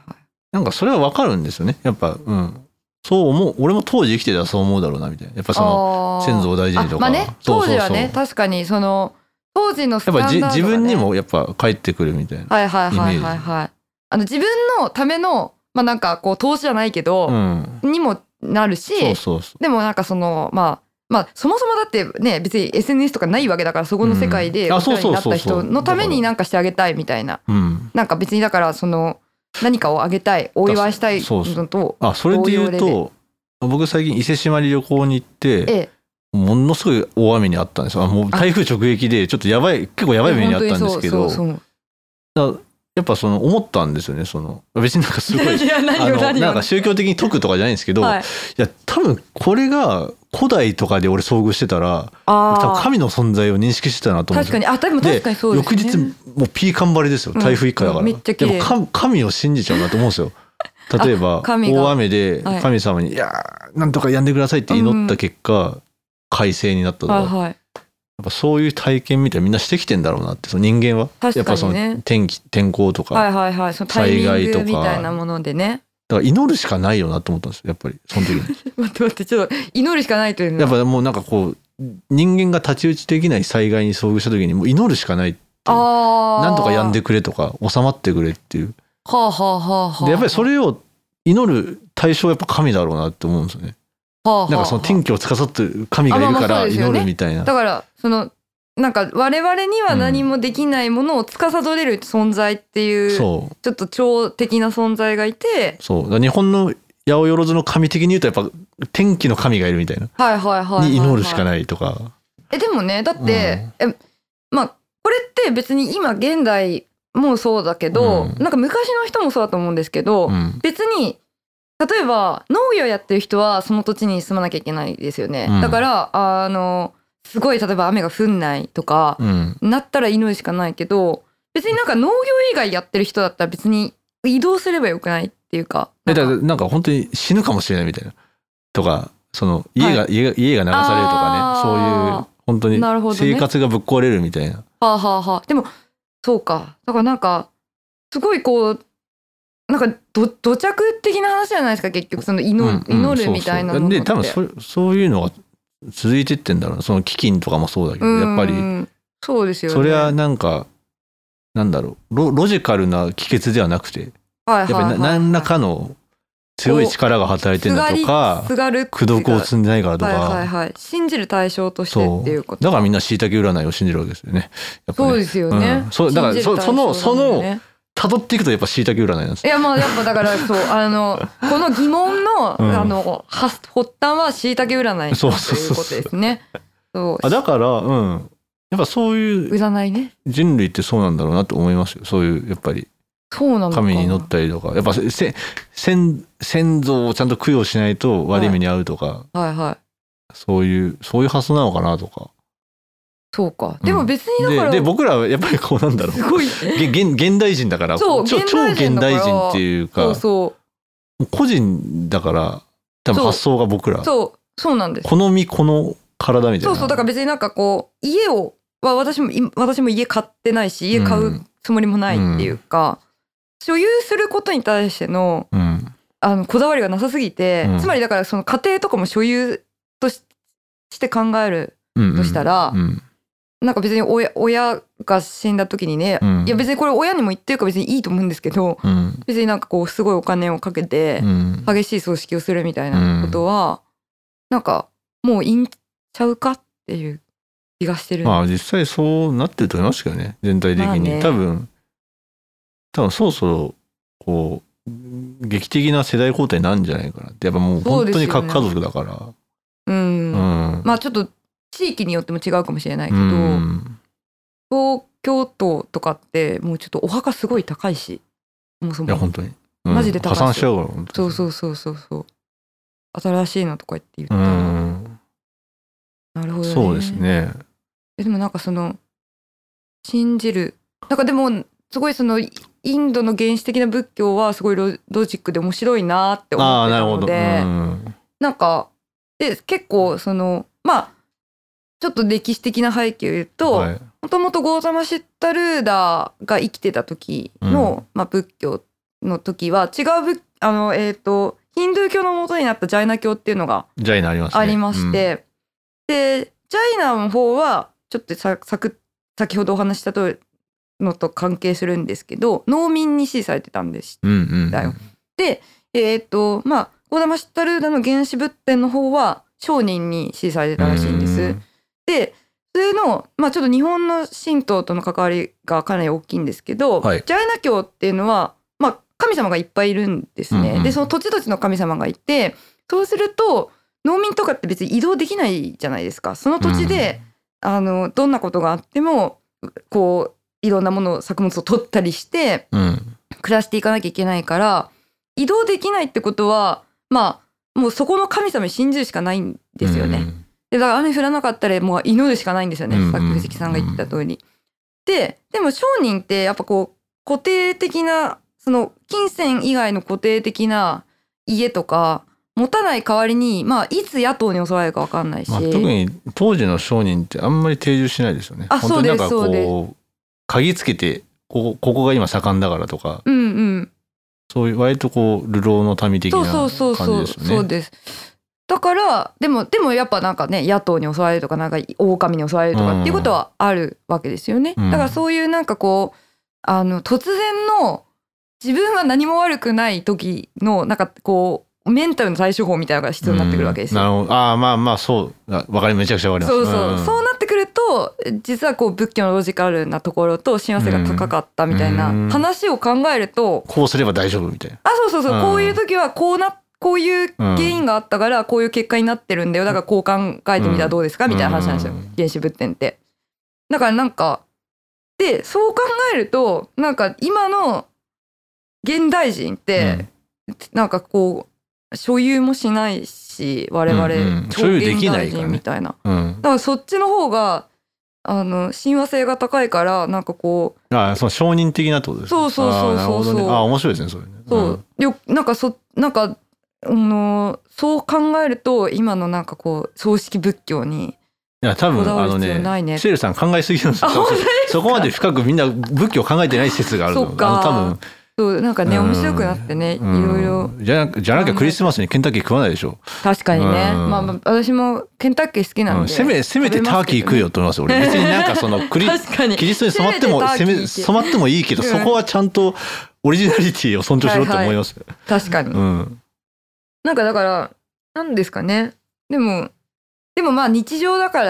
なんかそれは分かるんですよねやっぱ、うん、そう思う。俺も当時生きてたらそう思うだろうなみたいな。やっぱその先祖を大事にとか。 まあね、当時はね、確かにその当時のスタンダードが、ね、 やっぱ自分にもやっぱ返ってくるみたいな。 はいはいはいはいはい。あの自分のためのまあなんかこう投資じゃないけど、うん、にもなるし、そうそうそう。でもなんかそのまあまあそもそもだってね別に エスエヌエス とかないわけだからそこの世界でお世話になった人のためになんかしてあげたいみたいな。うん、なんか別にだからその何かをあげたいお祝いしたいのとあそれで言うと僕最近伊勢志摩に旅行に行って、ええ、ものすごい大雨にあったんですよ。もう台風直撃でちょっとやばい結構やばい目にあったんですけど、やっぱその思ったんですよね。その別になんかすごいあのなんか宗教的に解くとかじゃないんですけど、はい、いや多分これが古代とかで俺遭遇してたら多分神の存在を認識してたなと思うんですよ。 確かにあでも確かにそうですね。 翌日もうピーカン張りですよ。台風一過だから、うん、めっちゃ綺麗。でも神を信じちゃうなと思うんですよ。例えば大雨で神様に「いやなんとかやんでください」って祈った結果快晴になったとか、はいはい、やっぱそういう体験みたいなみんなしてきてんだろうなって。その人間は、ね、やっぱその天気天候とか、はいはいはい、その災害とかみたいなものでね。だから祈るしかないよなと思ったんですよやっぱりその時に。 待って待ってちょっと祈るしかないというのはやっぱもうなんかこう人間が太刀打ちできない災害に遭遇した時にもう祈るしかないっていう。あなんとかやんでくれとか収まってくれっていう。はあはあはあはあ、でやっぱりそれを祈る対象はやっぱ神だろうなって思うんですよね。はあはあはあ、なんかその天気を司ってる神がいるから祈るみたいな。まあまあね、 だからそのなんか我々には何もできないものを司れる存在っていう、うん、そうちょっと超的な存在がいて、 そうだ日本の八百万の神的に言うとやっぱ天気の神がいるみたいな、はいはいはいはい、に祈るしかないとか。 えでもねだって、うん、えまあこれって別に今現代もそうだけど、うん、なんか昔の人もそうだと思うんですけど、うん、別に例えば農業やってる人はその土地に住まなきゃいけないですよね、うん、だからあのすごい例えば雨が降んないとか、うん、なったら祈るしかないけど別になんか農業以外やってる人だったら別に移動すればよくないっていうかなんか、だからなんか本当に死ぬかもしれないみたいなとかその家が、はい、家が家が流されるとかねそういう本当に生活がぶっ壊れるみたいな。なるほどね。 はあはあはあ。でもそうかだからなんかすごいこうなんかど土着的な話じゃないですか結局その 祈,、うんうん、祈るみたいなのって。 で多分 そ, そういうのが続いてってんだろうな。その飢饉とかもそうだけどやっぱりそうですよね。 それはなんかなんだろう ロ, ロジカルな帰結ではなくて、はいはいはいはい、やっぱり何らかの強い力が働いてるんだとか功徳を積んでないからとか、はいはいはい、 信じる対象としてっていうこと。 だからみんなしいたけ占いを信じるわけですよね。やっぱねそうですよね、 うん、そうだから そ, そのその辿っていくとやっぱしいたけ占いなんです。 いやまあやっぱだからそうあのこの疑問の、うん、あの発端はしいたけ占いということですね。 そうあだからうんやっぱそういう占いね人類ってそうなんだろうなと思いますよ。そういうやっぱりそうなのか神に祈ったりとかやっぱせ先先祖をちゃんと供養しないと悪い目に遭うとか、はいはいはい、そういうそういう発想なのかなとか。 そうかでも別にだから、 うん、で, で僕らはやっぱりこうなんだろうすごい現, 現代人だからそう超現代人っていうかそうそう個人だから多分発想が僕らそうそうなんです。 好みこの体みたいな。 そうそうだから別になんかこう家をは私も私も家買ってないし家買うつもりもないっていうか、うん、所有することに対しての、うん、あのこだわりがなさすぎて、うん、つまりだからその家庭とかも所有と し, して考えるとしたら、うんうんうんなんか別に 親, 親が死んだ時にね、うん、いや別にこれ親にも言ってるから別にいいと思うんですけど、うん、別になんかこうすごいお金をかけて激しい葬式をするみたいなことは、うん、なんかもういいんちゃうかっていう気がしてる。 まあ実際そうなってると思いますけどね全体的に、まあね、多分多分そろそろこう劇的な世代交代なんじゃないかなって。やっぱもう本当に核家族だから、ね、 うん、うん、まあちょっと地域によっても違うかもしれないけど、うん、東京都とかってもうちょっとお墓すごい高いしそもそもいや本当に、 うん、マジで高い破産しちゃうから本当にそうそうそうそう新しいのとか言って言ったら、うん、なるほどね。 そうですね。 でもなんかその信じるなんかでもすごいそのインドの原始的な仏教はすごい ロ, ロジックで面白いなって思ってたので、うん、なんかで結構そのまあちょっと歴史的な背景を言うともともとゴータマ・シッタルーダーが生きてた時の、うんまあ、仏教の時は違うぶあの、えーと、ヒンドゥー教の元になったジャイナ教っていうのがジャイナありますね。 ありまして、うん、でジャイナの方はちょっとささく先ほどお話したとのと関係するんですけど、農民に支持されてたんです、うんうん、だよ。で、えっ、ー、とまあゴーダマシッタルーダの原始仏典の方は商人に支持されてたらしいんです。でそれの、まあ、ちょっと日本の神道との関わりがかなり大きいんですけど、はい、ジャイナ教っていうのは、まあ、神様がいっぱいいるんですね、うんうん、でその土地土地の神様がいて、そうすると農民とかって別に移動できないじゃないですか。その土地で、うん、あのどんなことがあってもこういろんなもの作物を取ったりして暮らしていかなきゃいけないから、移動できないってことはまあもうそこの神様に信じるしかないんですよね、うん、でだから雨降らなかったらもう祈るしかないんですよね、うんうん、さっき藤木さんが言った通りで。でも商人ってやっぱこう固定的なその金銭以外の固定的な家とか持たない代わりに、まあ、いつ野党に襲われるか分かんないし、まあ、 特に当時の商人ってあんまり定住しないですよね。 あ、そうです、そうです。 鍵つけてここ、ここが今盛んだからとか、 うんうん、 そういう割とこう流浪の民的な感じですよね。そうそうそうそうです。だからでもでもやっぱなんかね野党に襲われるとかなんか狼に襲われるとかっていうことはあるわけですよね、うん、だからそういうなんかこうあの突然の自分は何も悪くない時のなんかこうメンタルの対処法みたいなのが必要になってくるわけですよ、 うん、なるほど。ああまあまあそうわかりめちゃくちゃわかります。 そうそう、うん、そうなってくると実はこう仏教のロジカルなところと親和性が高かったみたいな話を考えると、 こうすれば大丈夫みたいな。 あそうそうそう、うん、こういう時はこうなこういう原因があったからこういう結果になってるんだよ、だからこう考えてみたらどうですか、うん、みたいな話なんですよ、原始仏典って。だからなんかでそう考えるとなんか今の現代人って、うん、なんかこう所有もしないし我々、うんうん、 所有できないからねみたいな、うん、だからそっちの方があの親和性が高いからなんかこうあその承認的なってことですね。 そうそうそうそうそう、 ね、あ面白いですねそれね。 そう、うん、よなんかそなんかあのそう考えると今のなんかこう葬式仏教にいや多分あのねシェルさん考えすぎなんですよ。そこまで深くみんな仏教考えてない説があるの。 そっか、 あの多分そうなんかね面白くなってね、いろいろじゃなじゃなきゃクリスマスにケンタッキー食わないでしょ。 確かにね、まあ、まあ私もケンタッキー好きなんで、うん、 せめせめてターキー食えよと思います俺。別になんかそのクリキリストに染まってもせめ染まってもいいけど、そこはちゃんとオリジナリティを尊重しろと思います、はいはい、 確かに、うん、なんかだからなんですかね。でもでもまあ日常だから、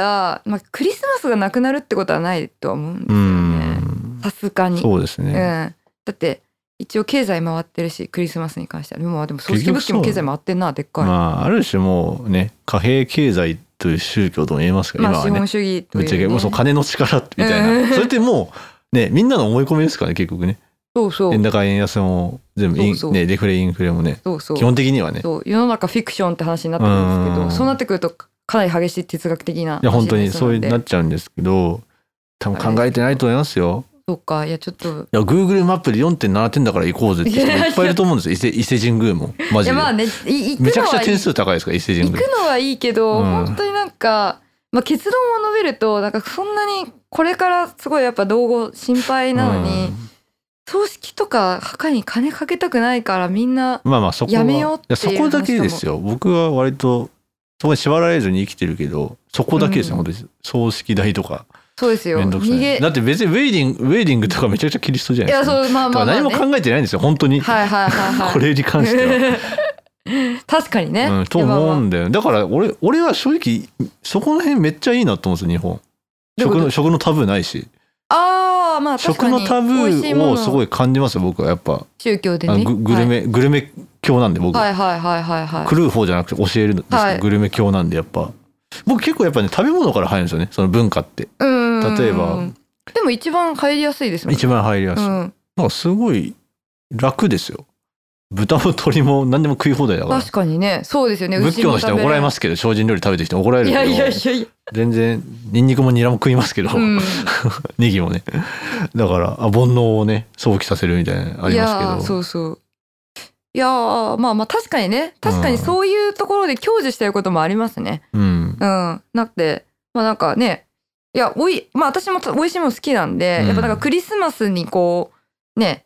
まあ、クリスマスがなくなるってことはないとは思うんですよね。さすがに。 そうですね、うん、 だって一応経済回ってるしクリスマスに関してはでもでも葬式仏教も経済回ってんなでっかい。 まあある種もうね貨幣経済という宗教とも言えますけど、 まあ、今はね資本主義という、ね、 ぶっちゃけそう金の力みたいな、うん、それってもうねみんなの思い込みですからね結局ね。 そうそう円高円安も全部インそうそう、ね、デフレインフレもねそうそう基本的にはねそう世の中フィクションって話になってくるんですけど、そうなってくるとかなり激しい哲学的な。 いや本当にそうなっちゃうんですけど多分考えてないと思いますよ。 そっかいやちょっといや Google マップで よんてんなな 点だから行こうぜって人いっぱいいると思うんですよ。伊勢神宮もマジで。いやまあね行くのはめちゃくちゃ点数高いですから伊勢神宮。 行くのはいいけど、うん、本当になんか、まあ、結論を述べるとなんかそんなにこれからすごいやっぱ老後心配なのに、うん、葬式とか墓に金かけたくないからみんなやめようっていう話。 いやそこだけですよ。僕は割とそこに縛られずに生きてるけどそこだけですよ、うん、本当に葬式代とか。 そうですよ。 逃げだって別にウェディングウェディングとかめちゃくちゃキリストじゃないですか、ね。いやそうまあまあ、まあね、何も考えてないんですよ本当に。 はいはいはいはい。 これに関しては。 確かにね。 うん、と思うんだよ。だから俺俺は正直そこの辺めっちゃいいなと思うんですよ日本。食の食のタブーないし。 ああまあ確かに食のタブーをすごい感じますよ僕はやっぱ。 宗教でね。 グ, グルメ、はい、グルメ教なんで僕。 はいはいはいはいはい。 狂う方じゃなくて教えるんですけど、はい、グルメ教なんでやっぱ。僕結構やっぱね食べ物から入るんですよねその文化って。うん例えばでも一番入りやすいですもんね。 一番入りやすい、うん、なんかすごい楽ですよ。豚も鶏も何でも食い放題だから。 確かにねそうですよね。 仏教の人に怒られますけど精進料理食べてきて怒られるけど。 いやいやいやいや全然ニンニクもニラも食いますけど、うん、ネギもねだからあ煩悩をね想起させるみたいなのありますけど。 いやそうそういやまあまあ確かにね確かにそういうところで享受したいこともありますね。うん、うん、なってまあなんかねいやおいまあ私も美味しいもの好きなんで、うん、やっぱなんかクリスマスにこうね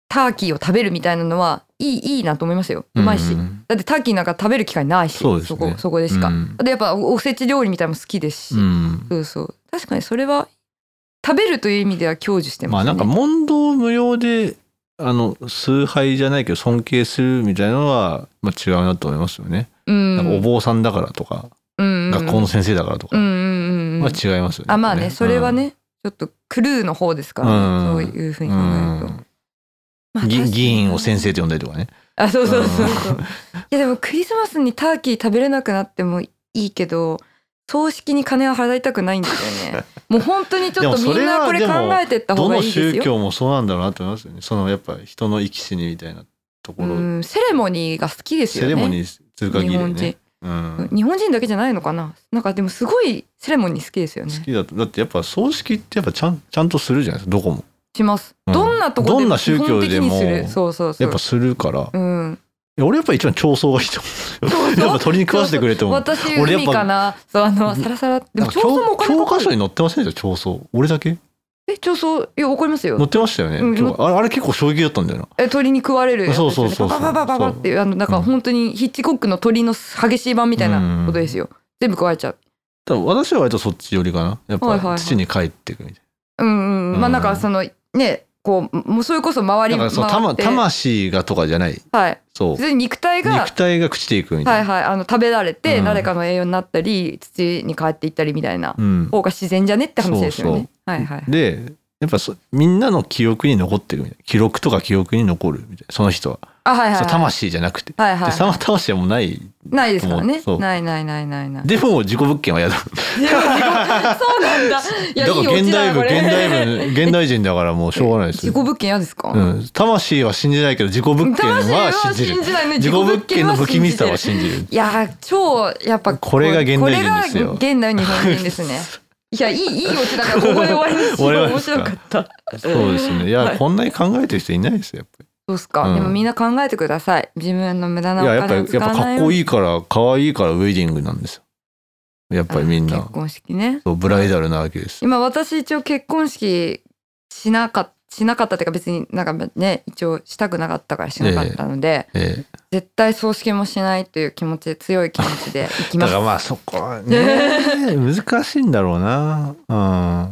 ターキーを食べるみたいなのはいいいいなと思いますよ。うまいし、うん、だってターキーなんか食べる機会ないし、そうですね、そこそこでしか、うん、でやっぱおせち料理みたいなのも好きですし、うん、そうそう確かにそれは食べるという意味では享受してますね。 まあなんか問答無用であの崇拝じゃないけど尊敬するみたいなのは、まあ、違うなと思いますよね、うん、なんかお坊さんだからとか、うんうん、学校の先生だからとか、うんうんうん、まあ違いますよね。 あまあねそれはね、うん、ちょっとクルーの方ですからね、うん、そういうふうに考えると、うんまあ、議員を先生と呼んだりとかね。あそうそうそうそう、うん、いやでもクリスマスにターキー食べれなくなってもいいけど葬式に金は払いたくないんですよね。もう本当にちょっとみんなこれ考えてった方がいいですよ。 どの宗教もそうなんだろうなと思いますよね。そのやっぱ人の生き死にみたいなところ、うん、 セレモニーが好きですよね。 セレモニーする限りね。日本人、 うん、日本人だけじゃないのかな。なんかでもすごいセレモニー好きですよね。 好きだとだってやっぱ葬式ってやっぱちゃんちゃんとするじゃないですかどこも。 します。うん、どんなところでも基本的にする。そうそうそう。 やっぱするから。うん。いや俺やっぱ一番調創がいいと思う。やっぱ鳥に食わせてくれても。 私海かな。そうあのサラサラ。でも調創もお金かかる。 教科書に載ってませんでした調創。俺だけ？ え調創いやわかりますよ。 載ってましたよね。うん、あれあれ結構衝撃だったんだよな。 え鳥に食われるやつですよね。そうそうそうそう。バババババっていうあのなんか本当にヒッチコックの鳥の激しい版みたいなことですよ。うん、全部食われちゃう。 多分私は割とそっち寄りかな。やっぱ土に帰っていくみたいな。 うんうん。まあなんかそのね。こうもうそれこそ周り回ってそう魂がとかじゃない、 はい、そう普通に肉体が肉体が朽ちていくみたいな、はいはい、あの食べられて誰かの栄養になったり、うん、土に帰っていったりみたいな方が自然じゃねって話ですよね。そうそう、はいはい、 でやっぱそみんなの記憶に残ってるみたいな記録とか記憶に残るみたいなその人は。あはいはいはい、魂じゃなくて、はいはいはい、でその魂はもうないないですからね。ないないないないない。 でも自己物件は嫌だ。 そうなんだ。いやだから現代部現代部現代人だからもうしょうがないですよ。 自己物件嫌ですか？ うん。魂は信じないけど自己物件は信じる。信じないね、自己物件の不気味さは信じる。 いや超やっぱこれが現代人ですよ。 これが現代日本人ですね。いやいいいいオチだからここで終わりにしよう。面白かった。 そうですね。いや、はい、こんなに考えてる人いないですよやっぱり。 そうっすか、うん、でもみんな考えてください。自分の無駄なお金を使わないように。いややっぱやっぱかっこいいから可愛いからウェディングなんですよやっぱりみんな。 結婚式ね。 そうブライダルなわけです。 今私一応結婚式しなかったしなかったっていうか別になんかね一応したくなかったからしなかったので、えーえー、絶対葬式もしないという気持ちで強い気持ちでいきます。 だからまあそこはね難しいんだろうな。うん。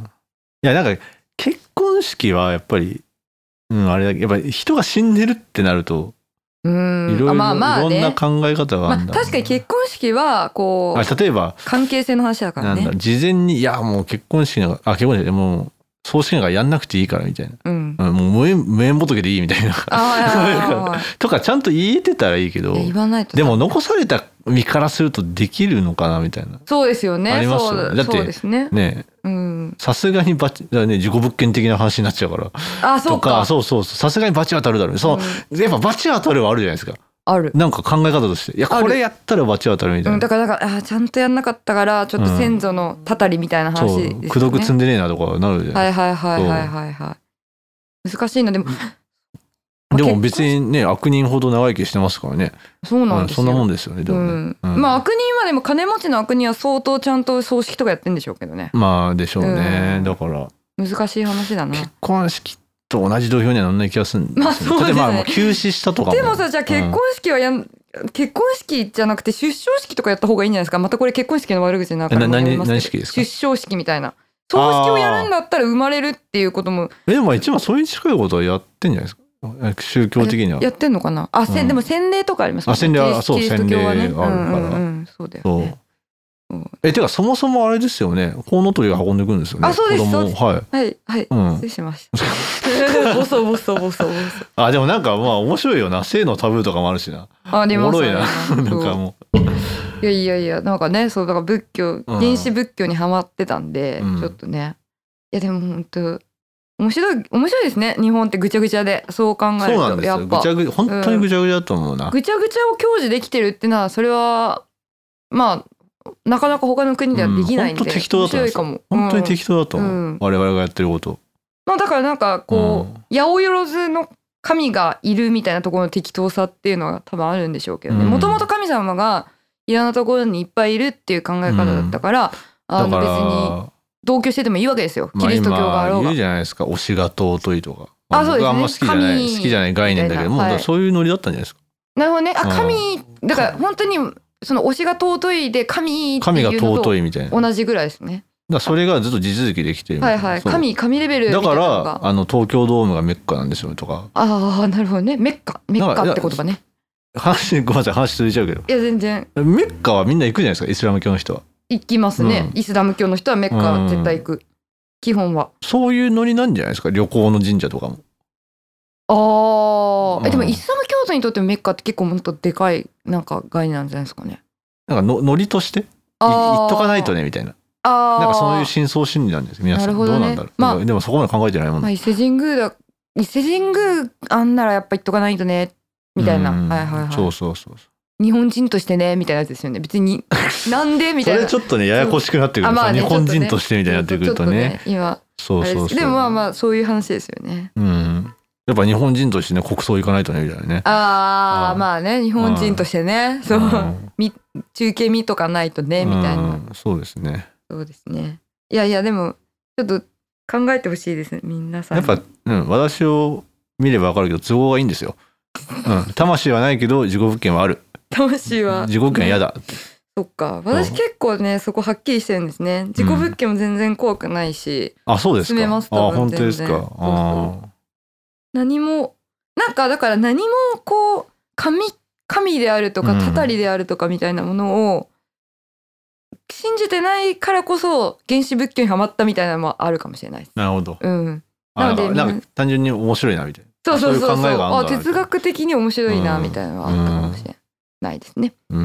いやなんか結婚式はやっぱりうん、あれだけやっぱり人が死んでるってなるといろいろいろんな考え方があるんだ、 まあ、確かに結婚式はこう例えば関係性の話だからね。 なんだ事前にいやもう結婚式なんかあ結婚式もう葬式なんかやんなくていいからみたいな、うんうん、もう無縁無縁仏でいいみたいなとかちゃんと言えてたらいいけど言わないとでも残された身からするとできるのかなみたいな。 そうですよね。 ありますよね。だってねさすがにバチね自己物件的な話になっちゃうからあそうかとかそうそうさすがにバチ当たるだろう、その、うん、やっぱバチ当たるはあるじゃないですか。 あるなんか考え方としていやこれやったらバチ当たるみたいな、 うん、だからなんかあちゃんとやんなかったからちょっと先祖のたたりみたいな話ですよね。 功徳積んでねえなとかなるじゃないですか。はいはいはいはいはいはい難しいな。でもでも別にね悪人ほど長生きしてますからね。 そうなんですよ、 うん、そんなもんですよね。でもね、うんうん、まあ悪人はでも金持ちの悪人は相当ちゃんと葬式とかやってんでしょうけどね。 まあでしょうね、うん、だから難しい話だな。 結婚式と同じ土俵にはなんない気がするんですよ、ね。まあそうですね。例えばまあ休止したとかも。 でもさじゃあ結婚式はやん、うん、結婚式じゃなくて出生式とかやった方がいいんじゃないですか。またこれ結婚式の悪口になるから何何式ですか。 出生式みたいな葬式をやるんだったら生まれるっていうことも。 えでも一番それに近いことはやってんじゃないですか。宗教的にはや, やってんのかなあ、うん、でも洗礼とかありますもんね。 あ洗礼はそう洗礼あるから、うんうんうん、そうだよね。 えてかそもそもあれですよねコウノトリが運んでくるんですよね。 あそうですそうですはいはいはい、うん、失礼しましたボソボソボソボソあでもなんかまあ面白いよな性のタブーとかもあるしな。 ありますおもろいななんかもういやいやいやなんかねそうだから仏教原始仏教にハマってたんで、うん、ちょっとねいやでも本当面白い面白いですね。日本ってぐちゃぐちゃでそう考えるとそうなんですよ。やっぱぐちゃぐちゃ本当にぐちゃぐちゃだと思うな、 うん、ぐちゃぐちゃを享受できてるってのはそれはまあなかなか他の国ではできないんで、うん、本当適当だと思う。面白いかも。 本当に適当だと思う、うん、我々がやってること。 まあだからなんかこう、うん、八百万の神がいるみたいなところの適当さっていうのは多分あるんでしょうけどね。もともと神様がいろんなところにいっぱいいるっていう考え方だったから、うん、あの別に同居しててもいいわけですよ。キリスト教があろうが。 まあ、今言うじゃないですか推しが尊いとか。 まあ、僕はあんま好きじゃない好きじゃない概念だけども、はい、そういうノリだったんじゃないですか。 なるほどね。あ、神だから本当にその推しが尊いで神っていうのと神が尊いみたいな同じぐらいですね。 だそれがずっと地続きできてる。 はいはい。神神レベルみたいなのが。 だからあの東京ドームがメッカなんですよとか。 ああなるほどね。メッカメッカって言葉ね。 話ごめんなさい話続いちゃうけど。 いや全然。 メッカはみんな行くじゃないですかイスラム教の人は。 行きますね、うん、イスラム教の人はメッカ絶対行く、うん、基本は。 そういうノリなんじゃないですか旅行の神社とかも。 ああ、うん、えでもイスラム教徒にとってメッカって結構もっとでかいなんか概念なんじゃないですかね。 なんかのノリとして行っとかないとねみたいな。あなんかそういう深層心理なんです皆さん。なるほど、ね、どうなんだろう、まあ、でもそこまで考えてないもん、 まあ、伊勢神宮だ伊勢神宮あんならやっぱ行っとかないとねみたいな、はいはいはい、 そうそうそう日本人としてねみたいなやつですよね別になんでみたいなそれちょっとねややこしくなってくる、まあね、日本人としてみたいになってくると ね, ね今そうそうそうでもまあまあそういう話ですよね。 うんやっぱ日本人としてね国葬行かないとねみたいなね。 ああまあね日本人としてねそう中継見とかないとねみたいな。 そうですねそうですね。いやいやでもちょっと考えてほしいですね皆さん。 やっぱ、うん、私を見れば分かるけど都合がいいんですよ、うん、魂はないけど自己物件はある。 魂は自己物件は嫌だ、ね、 そっか私結構ねそこはっきりしてるんですね。自己物件も全然怖くないし、 うん、あそうですか。 住めます多分全然。あ本当ですか。 そうそう何もなんかだから何もこう神神であるとかたたりであるとかみたいなものを信じてないからこそ原始仏教にハマったみたいなのもあるかもしれないです。 なるほど。 うん。 なのでなんか単純に面白いなみたいな。 そうそうそうそう。 そういう考えがあるんだあ哲学的に面白いなみたいなのはあったかもしれないですね。 うん。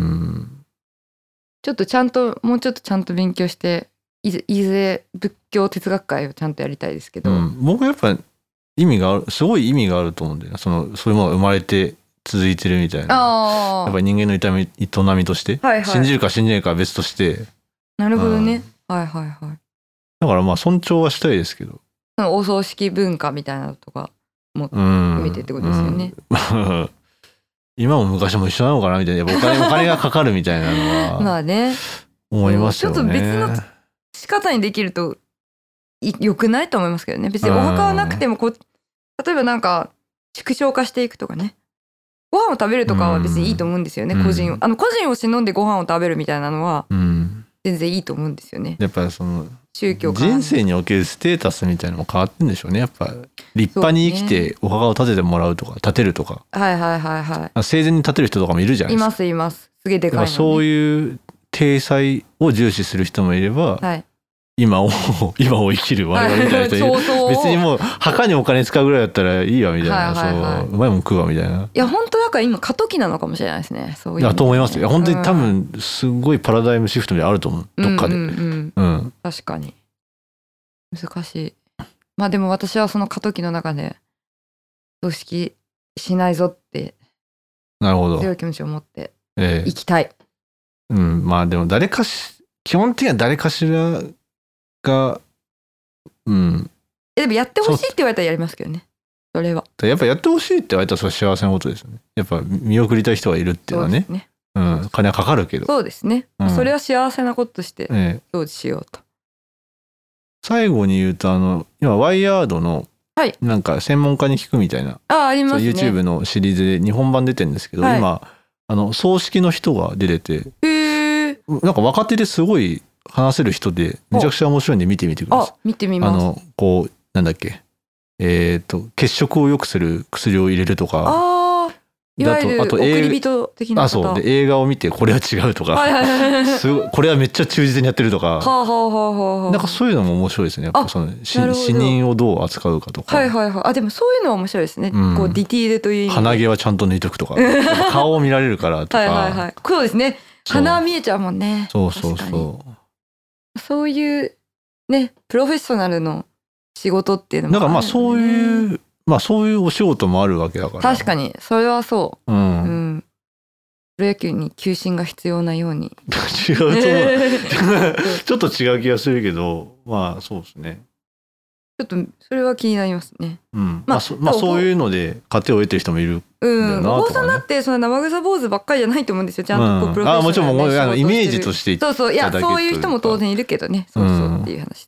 ちょっとちゃんともうちょっとちゃんと勉強していずいずれ仏教哲学会をちゃんとやりたいですけど。 うん、僕はやっぱ意味があるすごい意味があると思うんだよね。そのそういうものが生まれて続いてるみたいな。あやっぱり人間の営み営みとして、はいはい、信じるか信じないかは別として。 なるほどね、うん、はいはいはい。 だからまあ尊重はしたいですけど。 そのお葬式文化みたいなのとかも含めてってことですよね。うんうん、 今も昔も一緒なのかなみたいな。やっぱお金お金がかかるみたいなのは。 まあね。 思いますよね。 ちょっと別の仕方にできると良くないと思いますけどね。別にお墓はなくてもこう例えばなんか縮小化していくとかね。ご飯を食べるとかは別にいいと思うんですよね、うん、個人をあの個人を忍んでご飯を食べるみたいなのは全然いいと思うんですよね。 やっぱりその宗教人生におけるステータスみたいなのも変わってるんでしょうね。やっぱ立派に生きてお墓を建ててもらうとか建てるとか、 はいはいはいはい、 生前に建てる人とかもいるじゃないですか。 いますいます。すげえでかいの、ね、 そういう体裁を重視する人もいれば、はい、今を今を生きる我々みたいな人そうそう別にもう墓にお金使うぐらいだったらいいわみたいな、はいはいはい、そううまいもん食うわみたいな。いや本当だから今過渡期なのかもしれないですね。そういう、ね、 いやと思いますよ。いや本当に多分すごいパラダイムシフトであると思う、どっかで、うんうんうんうん、 確かに難しい。まあでも私はその過渡期の中で葬式しないぞってなるほど強い気持ちを持っていきたい、ええ、うんまあでも誰かし基本的には誰かしらがうん、 でもやってほしいって言われたらやりますけどね。それはやっぱやってほしいって言われたらそれ幸せなことですよね。やっぱ見送りたい人がいるっていうのは ね, うね、うん、金はかかるけどそうですね、うん、それは幸せなこととして表示しようと、ええ、 最後に言うとあの今ワイヤードのなんか専門家に聞くみたいな、はい、 あありますね、 YouTube のシリーズで日本版出てるんですけど、はい、今あの葬式の人が出てて、へーなんか若手ですごい話せる人でめちゃくちゃ面白いんで見てみてください。 あ見てみます。 あのこうなんだっけえっ、ー、と血色を良くする薬を入れるとか、あいわゆる送り人的な方。 あそうで映画を見てこれは違うとか、はいはいはい、すごいこれはめっちゃ忠実にやってるとか、はあはあはあ、なんかそういうのも面白いですね。やっぱその死人をどう扱うかとか、 はいはいはい、あでもそういうのは面白いですね、うん、こうディティールという意味で鼻毛はちゃんと抜いとくとか顔を見られるからとかはいはい、はい、 そうですね、鼻は見えちゃうもんね。 そうそうそうそういうねプロフェッショナルの仕事っていうのもある、ね、 だからまあそういうまあそういうお仕事もあるわけだから。 確かにそれはそう、うんうん、プロ野球に球審が必要なように違うと思うちょっと違う気がするけどまあそうですね。 ちょっとそれは気になりますね、 うんまあそまあ、そういうので糧を得てる人もいるんだよなとか、ね、うん、 お坊さんだってその生臭坊主ばっかりじゃないと思うんですよ。ちゃんとこうプロフェッショナルな、うん、あもちろんもうあのイメージとしてそうそういやそういう人も当然いるけどね、そうそうっていう話です、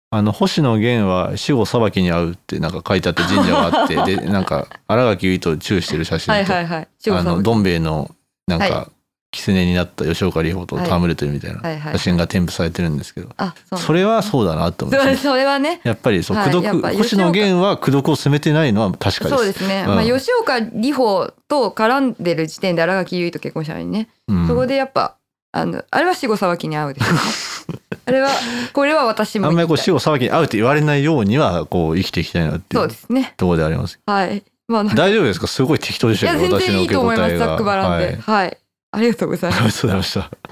あの星野源は死後裁きに遭うってなんか書いてあった神社があってでなんか新垣結衣とチューしてる写真とはいはいはい、 あのどん兵衛のなんか、はい狐になった吉岡里帆と戯れてるみたいな写真が添付されてるんですけど、はいはいはい、それはそうだなと思います、ね、 それはねやっぱりそう、はい、功徳星野源は功徳を責めてないのは確かです。 そうですね、うんまあ、吉岡里帆と絡んでる時点で新垣結衣と結婚したのにね、うん、そこでやっぱあのあれは死後裁きに合うですあれはこれは私もあんまりこう死後裁きに合うって言われないようにはこう生きていきたいなっていうところであります。 はい、まあ、 大丈夫ですか？すごい適当でしたけど、 いや全然いいと思います。ざっくばらんで、はい、はい、ありがとうございます。 ありがとうございました。